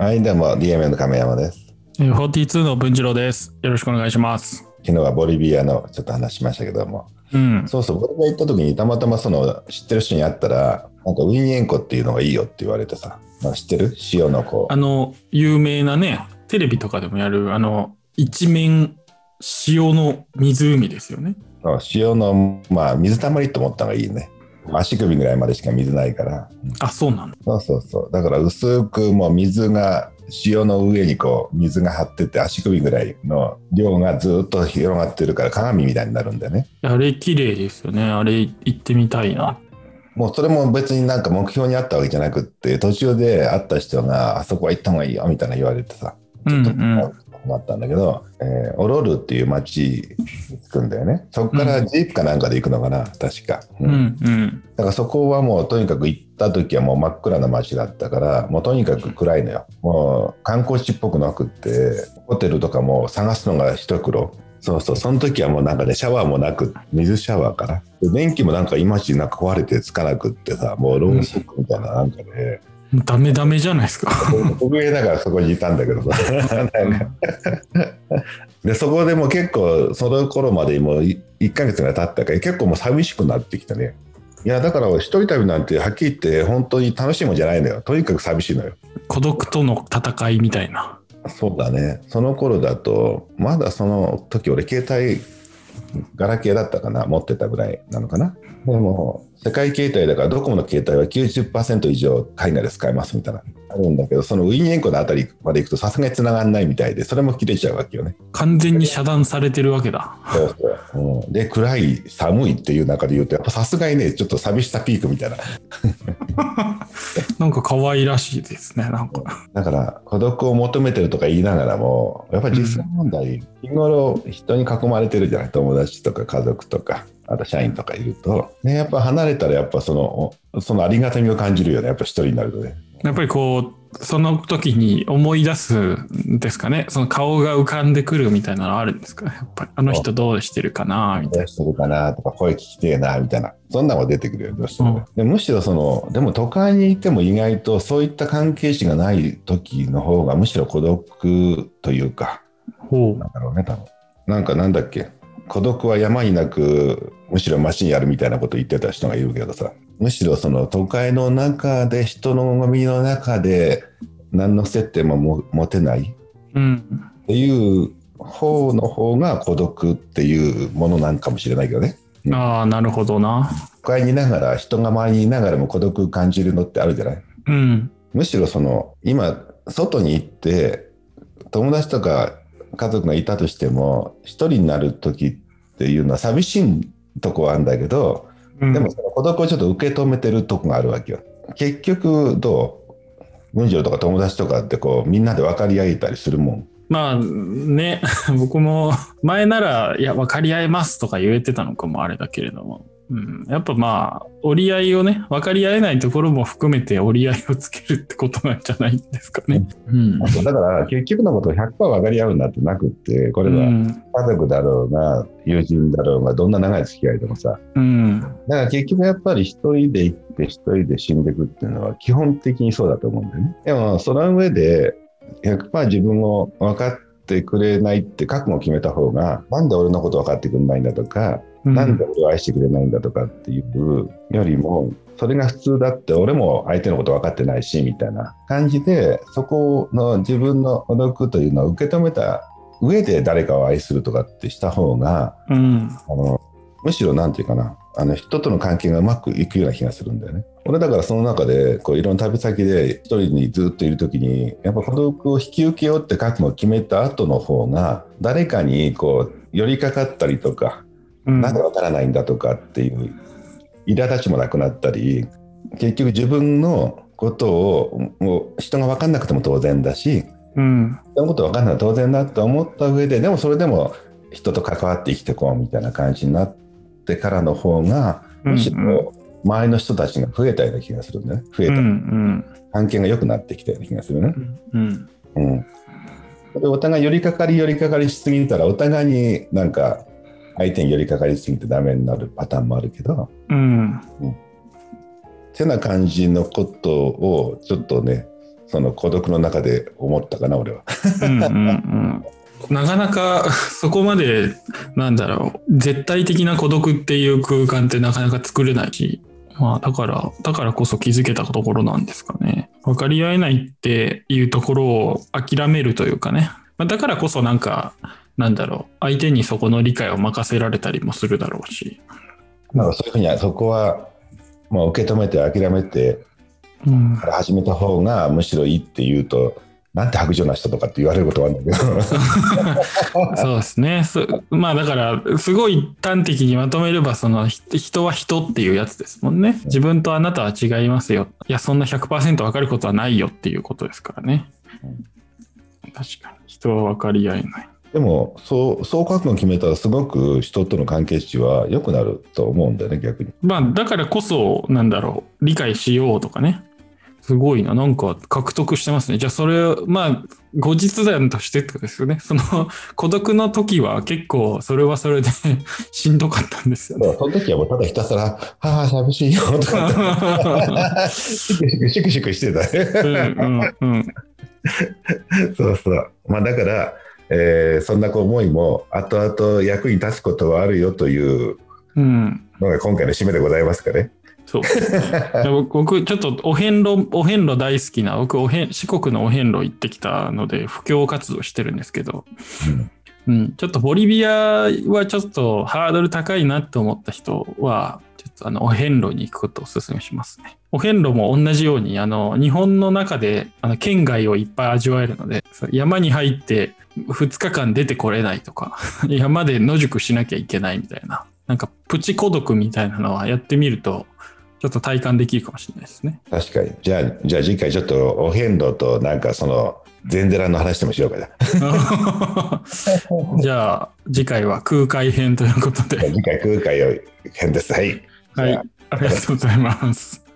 はい、どうも DMM の亀山です。 42の文次郎です。よろしくお願いします。 昨日はボリビアのちょっと話しましたけども、 うん。 そうそう、僕が行った時にたまたまその知ってる人に会ったら、なんかウィンエンコっていうのがいいよって言われてさ、知ってる塩の子。 有名なね、テレビとかでもやる、一面塩の湖ですよね。 塩の、水たまりと思った方がいいね。足首ぐらいまでしか水ないから。 あ、そうなの。 そうそうそう。だから薄くもう水が、塩の上にこう水が張ってて足首ぐらいの量がずっと広がってるから鏡みたいになるんだよね。 あれ綺麗ですよね。あれ行ってみたいな。 もうそれも別になんか目標にあったわけじゃなくって、途中で会った人があそこは行った方がいいよみたいな言われてさ、ちょっとなったんだけど、オロルっていう町に着くんだよね。そこからジープかなんかで行くのかな、確か。だからそこはもうとにかく行った時はもう真っ暗な町だったから、もうとにかく暗いのよ。もう観光地っぽくなくって、ホテルとかも探すのが一苦労。そうそう、その時はもうなんかね、シャワーもなく、水シャワーから。で電気もなんかいまいちなんか壊れてつかなくってさ、もうローソクみたいななんかで、 ダメダメじゃないですか。 僕だからそこにいたんだけどさ。で、そこでも結構、その頃までもう1ヶ月が経ったから、結構もう寂しくなってきたね。いや、だから一人旅なんてはっきり言って本当に楽しいもんじゃないのよ。とにかく寂しいのよ。 孤独との戦いみたいな。 そうだね。その頃だと、まだその時俺携帯、ガラケーだったかな、持ってたぐらいなのかな。でも世界携帯だからドコモの携帯は 90% 以上海外で使えますみたいなあるんだけど、そのウィンエンコのあたりまで行くとさすがに繋がんないみたいで、それも切れちゃうわけよね。 完全に遮断されてるわけだ。 そうそう、で暗い寒いっていう中で言うとやっぱさすがにねちょっと寂しさピークみたいな。 なんか可愛らしいですね。なんかだから孤独を求めてるとか言いながらも、やっぱり実際問題、日頃人に囲まれてるじゃない。友達とか家族とかあと社員とかいると、ね、やっぱ離れたらやっぱそのありがたみを感じるよね。やっぱ一人になるとね。 やっぱりこうその時に思い出すんですかね。その顔が浮かんでくるみたいなのあるんですかね。やっぱりあの人どうしてるかなみたいな。 どうしてるかなとか声聞きてえなみたいな、そんなのが出てくるよどうしても、でむしろでも都会にいても意外とそういった関係値がない時の方がむしろ孤独というか、なんだろうね、多分なんだっけ、孤独は山になくむしろ街にあるみたいなこと言ってた人がいるけどさ、むしろその都会の中で人のゴミの中で何の接点も持てないっていう方の方が孤独っていうものなんかもしれないけどね。 ああ、なるほどな。 都会にいながら人が周りにいながらも孤独感じるのってあるじゃない。むしろ今外に行って友達とか家族がいたとしても一人になる時っていうのは寂しいとこはあるんだけど、でもその孤独をちょっと受け止めてるとこがあるわけよ。結局文章とか友達とかってこうみんなで分かり合えたりするもん。 まあね、僕も前ならいや分かり合えますとか言えてたのかもあれだけれども、やっぱまあ折り合いをね、分かり合えないところも含めて折り合いをつけるってことなんじゃないですかね。 だから結局のことを 100% 分かり合うんだってなくって、これは家族だろうが友人だろうがどんな長い付き合いでもさ、だから結局やっぱり一人で行って一人で死んでいくっていうのは基本的にそうだと思うんだよね。でもその上で100% 自分を分かってくれないって覚悟を決めた方が、なんで俺のこと分かってくれないんだとか、なんで俺を愛してくれないんだとかっていうよりも、それが普通だって俺も相手のこと分かってないしみたいな感じで、そこの自分の孤独というのを受け止めた上で誰かを愛するとかってした方が、むしろなんていうかな、人との関係がうまくいくような気がするんだよね。俺だからその中でこういろんな旅先で一人にずっといるときに、やっぱ孤独を引き受けようって覚悟を決めた後の方が、誰かにこう寄りかかったりとか、なぜわからないんだとかっていう苛立ちもなくなったり、結局自分のことをもう人が分かんなくても当然だし、人のこと分かんないのは当然だと思った上で、でもそれでも人と関わって生きていこうみたいな感じになってからの方が、むしろ周りの人たちが増えたような気がするんだね。増えた、関係が良くなってきたような気がするね。お互い寄りかかりしすぎたら、お互いになんか相手に寄りかかりすぎてダメになるパターンもあるけど、てな感じのことをちょっとね、 その孤独の中で思ったかな、俺は。 なかなかそこまでなんだろう、絶対的な孤独っていう空間ってなかなか作れないし、まあだからこそ気づけたところなんですかね。分かり合えないっていうところを諦めるというかね。だからこそなんだろう、相手にそこの理解を任せられたりもするだろうし。 なんかそういうふうにそこはもう受け止めて諦めてから始めた方がむしろいいって言うと、なんて白状な人とかって言われることはあるんだけどそうですね。まあだからすごい端的にまとめれば、その人は人っていうやつですもんね。自分とあなたは違いますよ。いやそんな 100% 分かることはないよっていうことですからね。確かに人は分かり合えない。 でもそう覚悟を決めたらすごく人との関係値は良くなると思うんだよね、逆に。 まあだからこそなんだろう、理解しようとかね。すごいな、なんか獲得してますね。じゃあそれまあ後日談としてってことですよね。その孤独の時は結構それはそれでしんどかったんですよね。 その時はもうただひたすら「はあ寂しいよ」とかシクシクしてたね。そうそう。まあだから、そんな思いも後々役に立つことはあるよというのが今回の締めでございますかね。 そうですね。僕ちょっとお遍路大好きな、僕四国のお遍路行ってきたので布教活動してるんですけど、ちょっとボリビアはちょっとハードル高いなと思った人はちょっとお遍路に行くことをお勧めしますね。お遍路も同じように日本の中で県外をいっぱい味わえるので、山に入って2日間出てこれないとか山で野宿しなきゃいけないみたいな、なんかプチ孤独みたいなのはやってみるとちょっと体感できるかもしれないですね。 確かに。じゃあ次回ちょっとお遍路となんかその禅寺の話でもしようかな。 じゃあ次回は空海編ということで。 次回空海編です。はい。 はい。ありがとうございます。